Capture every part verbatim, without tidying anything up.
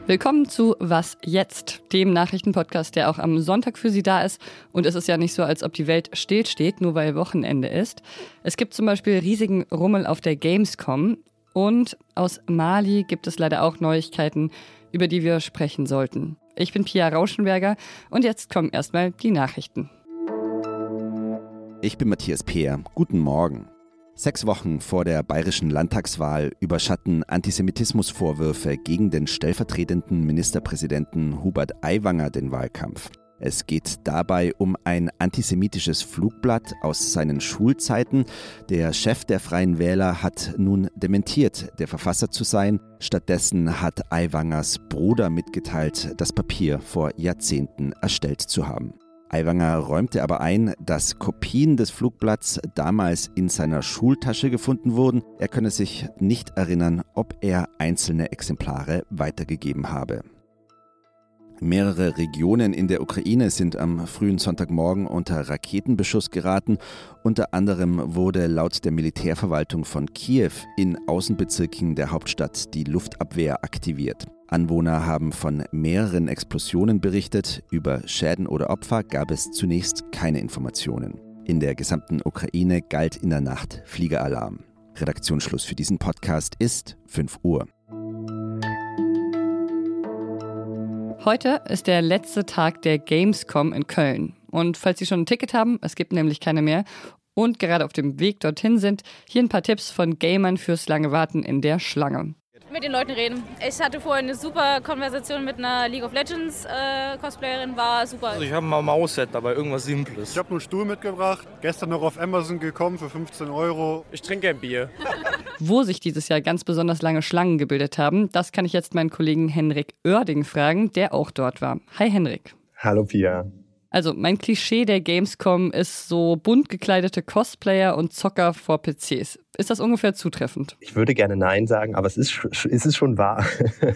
Willkommen zu Was jetzt?, dem Nachrichtenpodcast, der auch am Sonntag für Sie da ist. Und es ist ja nicht so, als ob die Welt stillsteht, nur weil Wochenende ist. Es gibt zum Beispiel riesigen Rummel auf der Gamescom. Und aus Mali gibt es leider auch Neuigkeiten, über die wir sprechen sollten. Ich bin Pia Rauschenberger und jetzt kommen erstmal die Nachrichten. Ich bin Matthias Peer. Guten Morgen. Sechs Wochen vor der bayerischen Landtagswahl überschatten Antisemitismusvorwürfe gegen den stellvertretenden Ministerpräsidenten Hubert Aiwanger den Wahlkampf. Es geht dabei um ein antisemitisches Flugblatt aus seinen Schulzeiten. Der Chef der Freien Wähler hat nun dementiert, der Verfasser zu sein. Stattdessen hat Aiwangers Bruder mitgeteilt, das Papier vor Jahrzehnten erstellt zu haben. Aiwanger räumte aber ein, dass Kopien des Flugblatts damals in seiner Schultasche gefunden wurden. Er könne sich nicht erinnern, ob er einzelne Exemplare weitergegeben habe. Mehrere Regionen in der Ukraine sind am frühen Sonntagmorgen unter Raketenbeschuss geraten. Unter anderem wurde laut der Militärverwaltung von Kiew in Außenbezirken der Hauptstadt die Luftabwehr aktiviert. Anwohner haben von mehreren Explosionen berichtet. Über Schäden oder Opfer gab es zunächst keine Informationen. In der gesamten Ukraine galt in der Nacht Fliegeralarm. Redaktionsschluss für diesen Podcast ist fünf Uhr. Heute ist der letzte Tag der Gamescom in Köln. Und falls Sie schon ein Ticket haben, es gibt nämlich keine mehr, und gerade auf dem Weg dorthin sind, hier ein paar Tipps von Gamern fürs lange Warten in der Schlange. Mit den Leuten reden. Ich hatte vorhin eine super Konversation mit einer League of Legends äh, Cosplayerin, war super. Also ich habe mal ein Mausset dabei, irgendwas Simples. Ich habe einen Stuhl mitgebracht, gestern noch auf Amazon gekommen für fünfzehn Euro. Ich trinke ein Bier. Wo sich dieses Jahr ganz besonders lange Schlangen gebildet haben, das kann ich jetzt meinen Kollegen Henrik Oerding fragen, der auch dort war. Hi Henrik. Hallo Pia. Also mein Klischee der Gamescom ist so bunt gekleidete Cosplayer und Zocker vor P Cs. Ist das ungefähr zutreffend? Ich würde gerne Nein sagen, aber es ist, es ist schon wahr.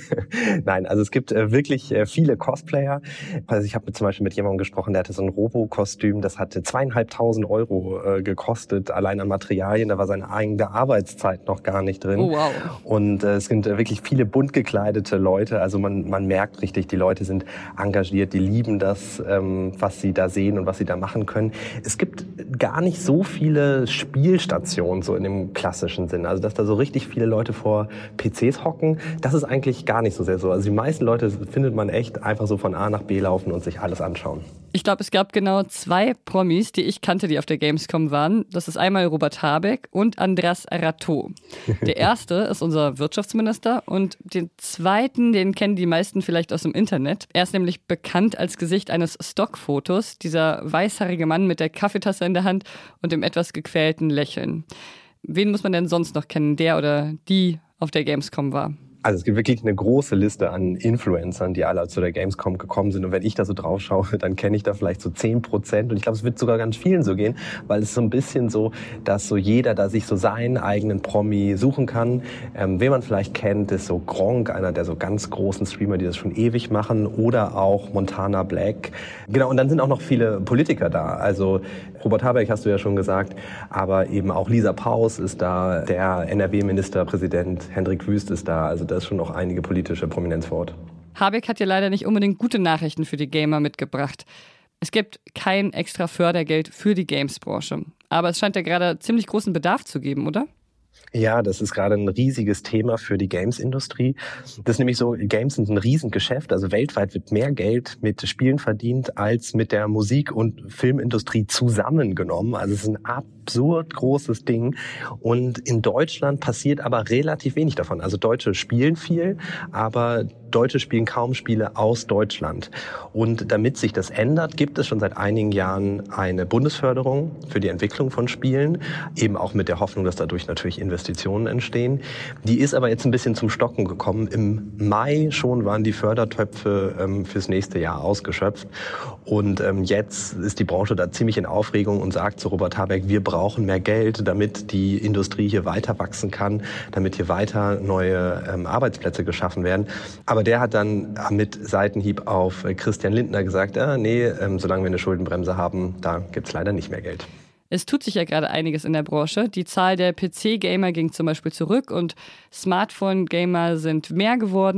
Nein, also es gibt äh, wirklich äh, viele Cosplayer. Also ich habe zum Beispiel mit jemandem gesprochen, der hatte so ein Robo-Kostüm, das hatte zweieinhalbtausend Euro äh, gekostet, allein an Materialien. Da war seine eigene Arbeitszeit noch gar nicht drin. Oh, wow. Und äh, es sind äh, wirklich viele bunt gekleidete Leute. Also man, man merkt richtig, die Leute sind engagiert, die lieben das, ähm, was sie da sehen und was sie da machen können. Es gibt gar nicht so viele Spielstationen so in dem klassischen Sinn. Also dass da so richtig viele Leute vor P Cs hocken, das ist eigentlich gar nicht so sehr so. Also die meisten Leute findet man echt einfach so von A nach B laufen und sich alles anschauen. Ich glaube, es gab genau zwei Promis, die ich kannte, die auf der Gamescom waren. Das ist einmal Robert Habeck und András Arato. Der erste ist unser Wirtschaftsminister und den zweiten, den kennen die meisten vielleicht aus dem Internet. Er ist nämlich bekannt als Gesicht eines Stockfotos, dieser weißhaarige Mann mit der Kaffeetasse in der Hand und dem etwas gequälten Lächeln. Wen muss man denn sonst noch kennen, der oder die auf der Gamescom war? Also es gibt wirklich eine große Liste an Influencern, die alle zu der Gamescom gekommen sind. Und wenn ich da so drauf schaue, dann kenne ich da vielleicht so zehn Prozent. Und ich glaube, es wird sogar ganz vielen so gehen, weil es so ein bisschen so, dass so jeder da sich so seinen eigenen Promi suchen kann. Ähm, wen man vielleicht kennt, ist so Gronkh, einer der so ganz großen Streamer, die das schon ewig machen. Oder auch Montana Black. Genau, und dann sind auch noch viele Politiker da. Also Robert Habeck hast du ja schon gesagt, aber eben auch Lisa Paus ist da, der N R W-Ministerpräsident Hendrik Wüst ist da. Also da ist schon noch einige politische Prominenz vor Ort. Habeck hat ja leider nicht unbedingt gute Nachrichten für die Gamer mitgebracht. Es gibt kein extra Fördergeld für die Games-Branche. Aber es scheint ja gerade ziemlich großen Bedarf zu geben, oder? Ja, das ist gerade ein riesiges Thema für die Games-Industrie. Das ist nämlich so, Games sind ein Riesengeschäft. Also weltweit wird mehr Geld mit Spielen verdient als mit der Musik- und Filmindustrie zusammengenommen. Also es ist ein absurd großes Ding. Und in Deutschland passiert aber relativ wenig davon. Also Deutsche spielen viel, aber Deutsche spielen kaum Spiele aus Deutschland. Und damit sich das ändert, gibt es schon seit einigen Jahren eine Bundesförderung für die Entwicklung von Spielen, eben auch mit der Hoffnung, dass dadurch natürlich Investitionen entstehen. Die ist aber jetzt ein bisschen zum Stocken gekommen. Im Mai schon waren die Fördertöpfe ähm, fürs nächste Jahr ausgeschöpft. Und ähm, jetzt ist die Branche da ziemlich in Aufregung und sagt zu Robert Habeck, wir brauchen mehr Geld, damit die Industrie hier weiter wachsen kann, damit hier weiter neue ähm, Arbeitsplätze geschaffen werden. Aber der hat dann mit Seitenhieb auf Christian Lindner gesagt, ah, nee, ähm, solange wir eine Schuldenbremse haben, da gibt's leider nicht mehr Geld. Es tut sich ja gerade einiges in der Branche. Die Zahl der P C-Gamer ging zum Beispiel zurück und Smartphone-Gamer sind mehr geworden.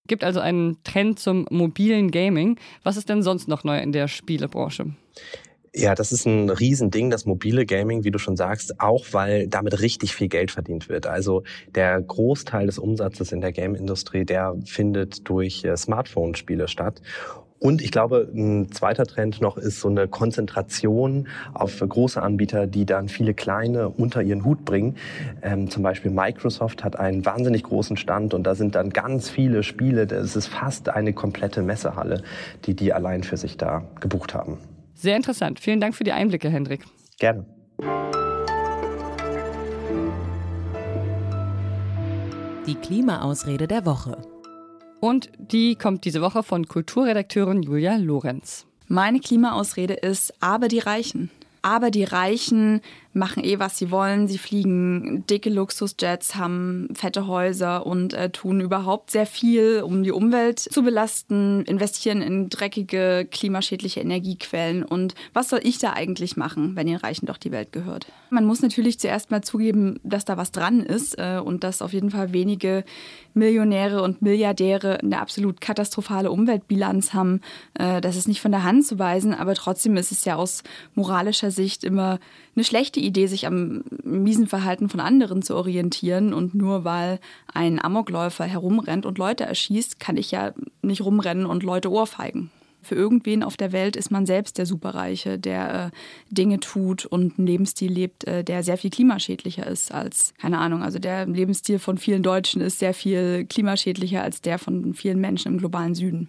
Gibt also einen Trend zum mobilen Gaming. Was ist denn sonst noch neu in der Spielebranche? Ja, das ist ein Riesending, das mobile Gaming, wie du schon sagst, auch weil damit richtig viel Geld verdient wird. Also der Großteil des Umsatzes in der Game-Industrie, der findet durch äh, Smartphone-Spiele statt. Und ich glaube, ein zweiter Trend noch ist so eine Konzentration auf große Anbieter, die dann viele kleine unter ihren Hut bringen. Ähm, zum Beispiel Microsoft hat einen wahnsinnig großen Stand und da sind dann ganz viele Spiele. Das ist fast eine komplette Messehalle, die die allein für sich da gebucht haben. Sehr interessant. Vielen Dank für die Einblicke, Hendrik. Gerne. Die Klimaausrede der Woche. Und die kommt diese Woche von Kulturredakteurin Julia Lorenz. Meine Klimaausrede ist, aber die Reichen. Aber die Reichen machen eh, was sie wollen. Sie fliegen dicke Luxusjets, haben fette Häuser und äh, tun überhaupt sehr viel, um die Umwelt zu belasten, investieren in dreckige, klimaschädliche Energiequellen. Und was soll ich da eigentlich machen, wenn den Reichen doch die Welt gehört? Man muss natürlich zuerst mal zugeben, dass da was dran ist äh, und dass auf jeden Fall wenige Millionäre und Milliardäre eine absolut katastrophale Umweltbilanz haben. Äh, das ist nicht von der Hand zu weisen, aber trotzdem ist es ja aus moralischer Sicht immer eine schlechte Idee, sich am miesen Verhalten von anderen zu orientieren. Und nur weil ein Amokläufer herumrennt und Leute erschießt, kann ich ja nicht rumrennen und Leute ohrfeigen. Für irgendwen auf der Welt ist man selbst der Superreiche, der äh, Dinge tut und einen Lebensstil lebt, äh, der sehr viel klimaschädlicher ist als, keine Ahnung, also der Lebensstil von vielen Deutschen ist sehr viel klimaschädlicher als der von vielen Menschen im globalen Süden.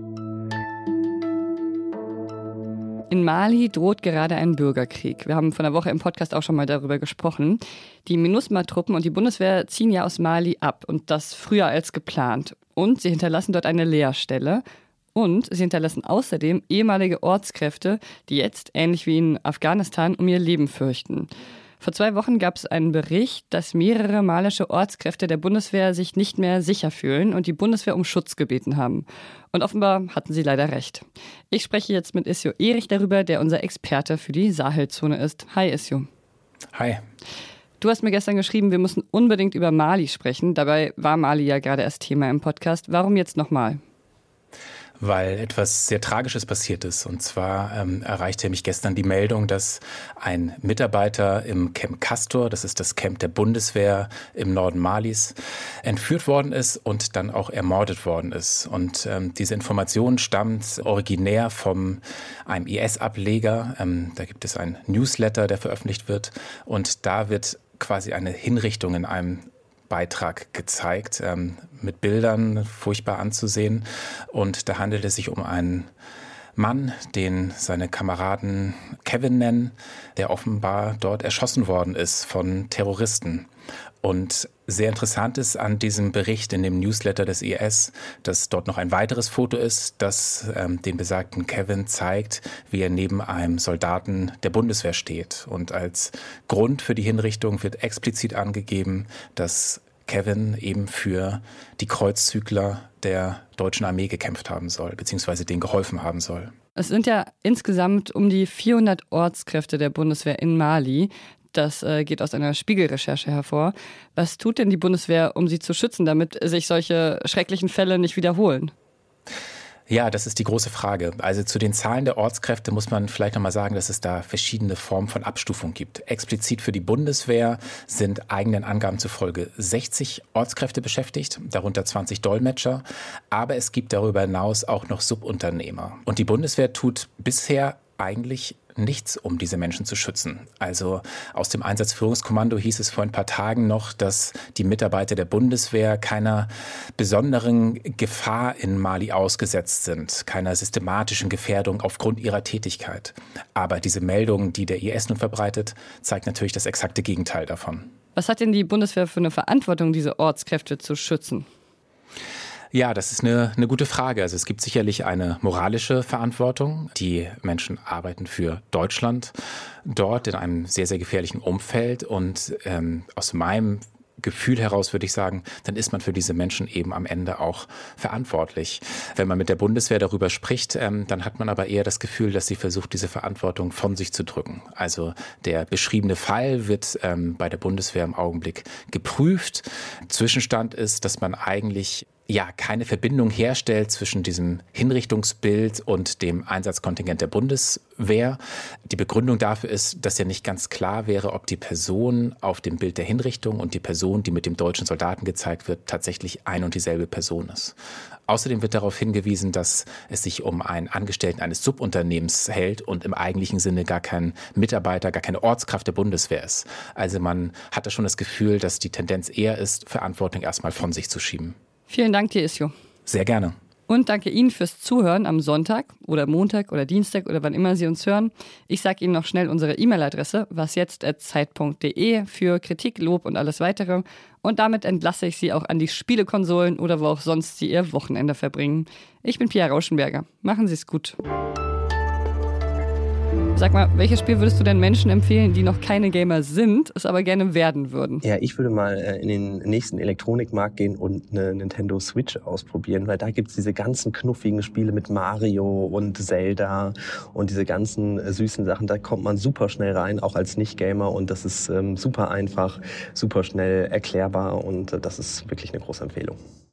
In Mali droht gerade ein Bürgerkrieg. Wir haben vor einer Woche im Podcast auch schon mal darüber gesprochen. Die MINUSMA-Truppen und die Bundeswehr ziehen ja aus Mali ab und das früher als geplant. Und sie hinterlassen dort eine Leerstelle. Und sie hinterlassen außerdem ehemalige Ortskräfte, die jetzt, ähnlich wie in Afghanistan, um ihr Leben fürchten. Vor zwei Wochen gab es einen Bericht, dass mehrere malische Ortskräfte der Bundeswehr sich nicht mehr sicher fühlen und die Bundeswehr um Schutz gebeten haben. Und offenbar hatten sie leider recht. Ich spreche jetzt mit Isjo Erich darüber, der unser Experte für die Sahelzone ist. Hi Isjo. Hi. Du hast mir gestern geschrieben, wir müssen unbedingt über Mali sprechen. Dabei war Mali ja gerade erst Thema im Podcast. Warum jetzt nochmal? Weil etwas sehr Tragisches passiert ist. Und zwar ähm, erreichte mich gestern die Meldung, dass ein Mitarbeiter im Camp Castor, das ist das Camp der Bundeswehr im Norden Malis, entführt worden ist und dann auch ermordet worden ist. Und ähm, diese Information stammt originär von einem I S-Ableger. Ähm, da gibt es einen Newsletter, der veröffentlicht wird. Und da wird quasi eine Hinrichtung in einem Beitrag gezeigt, ähm, mit Bildern furchtbar anzusehen. Und da handelt es sich um einen Mann, den seine Kameraden Kevin nennen, der offenbar dort erschossen worden ist von Terroristen. Und sehr interessant ist an diesem Bericht in dem Newsletter des I S, dass dort noch ein weiteres Foto ist, das ähm, den besagten Kevin zeigt, wie er neben einem Soldaten der Bundeswehr steht. Und als Grund für die Hinrichtung wird explizit angegeben, dass Kevin eben für die Kreuzzügler der deutschen Armee gekämpft haben soll, beziehungsweise denen geholfen haben soll. Es sind ja insgesamt um die vierhundert Ortskräfte der Bundeswehr in Mali. Das äh, geht aus einer Spiegel-Recherche hervor. Was tut denn die Bundeswehr, um sie zu schützen, damit sich solche schrecklichen Fälle nicht wiederholen? Ja, das ist die große Frage. Also zu den Zahlen der Ortskräfte muss man vielleicht nochmal sagen, dass es da verschiedene Formen von Abstufung gibt. Explizit für die Bundeswehr sind eigenen Angaben zufolge sechzig Ortskräfte beschäftigt, darunter zwanzig Dolmetscher. Aber es gibt darüber hinaus auch noch Subunternehmer. Und die Bundeswehr tut bisher eigentlich nichts, um diese Menschen zu schützen. Also aus dem Einsatzführungskommando hieß es vor ein paar Tagen noch, dass die Mitarbeiter der Bundeswehr keiner besonderen Gefahr in Mali ausgesetzt sind, keiner systematischen Gefährdung aufgrund ihrer Tätigkeit. Aber diese Meldung, die der I S nun verbreitet, zeigt natürlich das exakte Gegenteil davon. Was hat denn die Bundeswehr für eine Verantwortung, diese Ortskräfte zu schützen? Ja, das ist eine, eine gute Frage. Also es gibt sicherlich eine moralische Verantwortung. Die Menschen arbeiten für Deutschland dort in einem sehr, sehr gefährlichen Umfeld. Und ähm, aus meinem Gefühl heraus würde ich sagen, dann ist man für diese Menschen eben am Ende auch verantwortlich. Wenn man mit der Bundeswehr darüber spricht, ähm, dann hat man aber eher das Gefühl, dass sie versucht, diese Verantwortung von sich zu drücken. Also der beschriebene Fall wird ähm, bei der Bundeswehr im Augenblick geprüft. Zwischenstand ist, dass man eigentlich ja keine Verbindung herstellt zwischen diesem Hinrichtungsbild und dem Einsatzkontingent der Bundeswehr. Die Begründung dafür ist, dass ja nicht ganz klar wäre, ob die Person auf dem Bild der Hinrichtung und die Person, die mit dem deutschen Soldaten gezeigt wird, tatsächlich ein und dieselbe Person ist. Außerdem wird darauf hingewiesen, dass es sich um einen Angestellten eines Subunternehmens hält und im eigentlichen Sinne gar kein Mitarbeiter, gar keine Ortskraft der Bundeswehr ist. Also man hat da schon das Gefühl, dass die Tendenz eher ist, Verantwortung erstmal von sich zu schieben. Vielen Dank dir, Isjo. Sehr gerne. Und danke Ihnen fürs Zuhören am Sonntag oder Montag oder Dienstag oder wann immer Sie uns hören. Ich sage Ihnen noch schnell unsere E-Mail-Adresse, wasjetzt at zeit punkt de, für Kritik, Lob und alles weitere. Und damit entlasse ich Sie auch an die Spielekonsolen oder wo auch sonst Sie Ihr Wochenende verbringen. Ich bin Pia Rauschenberger. Machen Sie es gut. Sag mal, welches Spiel würdest du denn Menschen empfehlen, die noch keine Gamer sind, es aber gerne werden würden? Ja, ich würde mal äh, in den nächsten Elektronikmarkt gehen und eine Nintendo Switch ausprobieren, weil da gibt's diese ganzen knuffigen Spiele mit Mario und Zelda und diese ganzen äh, süßen Sachen. Da kommt man super schnell rein, auch als Nicht-Gamer, und das ist ähm, super einfach, super schnell erklärbar, und äh, das ist wirklich eine große Empfehlung.